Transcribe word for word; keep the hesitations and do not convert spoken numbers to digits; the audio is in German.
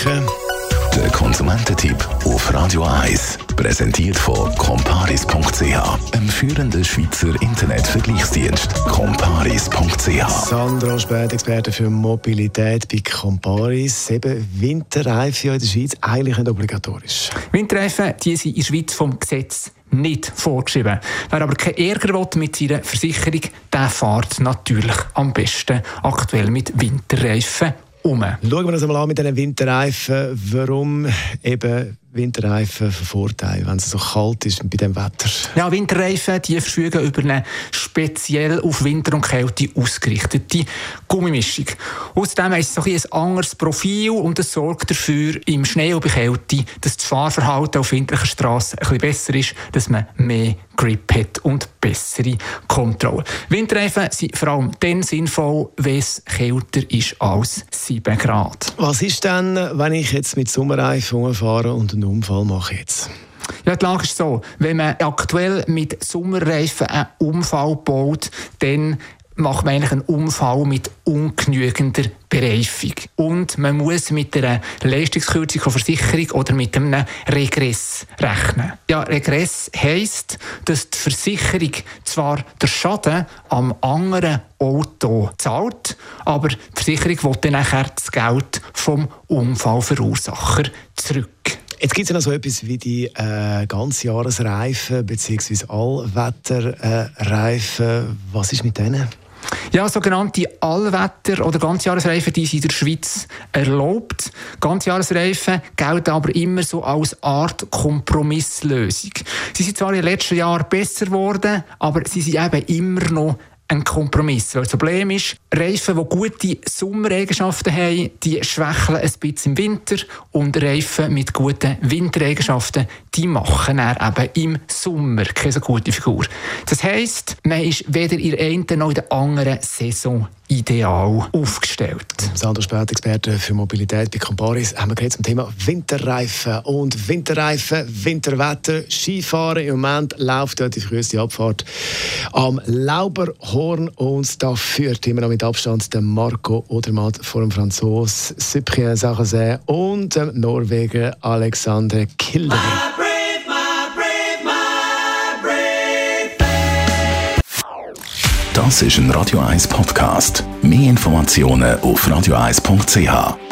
Franken. Der Konsumententipp auf Radio eins. Präsentiert von comparis punkt c h, einem führenden Schweizer Internetvergleichsdienst. comparis punkt c h. Sandra Späth, Experte für Mobilität bei Comparis. Eben Winterreifen in der Schweiz eigentlich nicht obligatorisch. Winterreifen, die sind in der Schweiz vom Gesetz nicht vorgeschrieben. Wer aber keinen Ärger will mit seiner Versicherung, der fährt natürlich am besten aktuell mit Winterreifen um. Schauen wir uns einmal an mit diesen Winterreifen. Warum eben Winterreifen von Vorteil, wenn es so kalt ist bei diesem Wetter? Ja, Winterreifen, die verfügen über eine speziell auf Winter und Kälte ausgerichtete Gummimischung. Außerdem haben sie so ein, ein anderes Profil und das sorgt dafür, im Schnee und bei Kälte, dass das Fahrverhalten auf winterlichen Strassen ein bisschen besser ist, dass man mehr Grip hat und bessere Kontrolle. Winterreifen sind vor allem dann sinnvoll, wenn es kälter ist als sieben Grad. Was ist denn, wenn ich jetzt mit Sommerreifen fahre und einen Unfall mache jetzt? Ja, die Lage ist so, wenn man aktuell mit Sommerreifen einen Unfall baut, dann macht man eigentlich einen Unfall mit ungenügender Bereifung. Und man muss mit einer Leistungskürzung von Versicherung oder mit einem Regress rechnen. Ja, Regress heisst, dass die Versicherung zwar den Schaden am anderen Auto zahlt, aber die Versicherung will dann nachher das Geld vom Unfallverursacher zurück. Jetzt gibt es ja noch so etwas wie die äh, Ganzjahresreifen bzw. Allwetterreifen. Äh, Was ist mit denen? Ja, sogenannte Allwetter- oder Ganzjahresreifen, die sind in der Schweiz erlaubt. Ganzjahresreifen gelten aber immer so als Art Kompromisslösung. Sie sind zwar in den letzten Jahren besser geworden, aber sie sind eben immer noch ein Kompromiss. Weil das Problem ist, Reifen, die gute Sommereigenschaften haben, die schwächeln ein bisschen im Winter und Reifen mit guten Wintereigenschaften, die machen dann eben im Sommer keine so gute Figur. Das heisst, man ist weder in der einen noch in der anderen Saison ideal aufgestellt. Sandra Späth, Experte für Mobilität bei Comparis, haben wir gerade zum Thema Winterreifen und Winterreifen, Winterwetter, Skifahren. Im Moment läuft dort die früheste Abfahrt am Lauberhorn und da führt immer noch mit Abstand der Marco Odermatt vor dem Franzosen Cyprien Sarrazin und dem Norweger Alexander Kilde. Das ist ein Radio eins Podcast. Mehr Informationen auf radio eins punkt c h.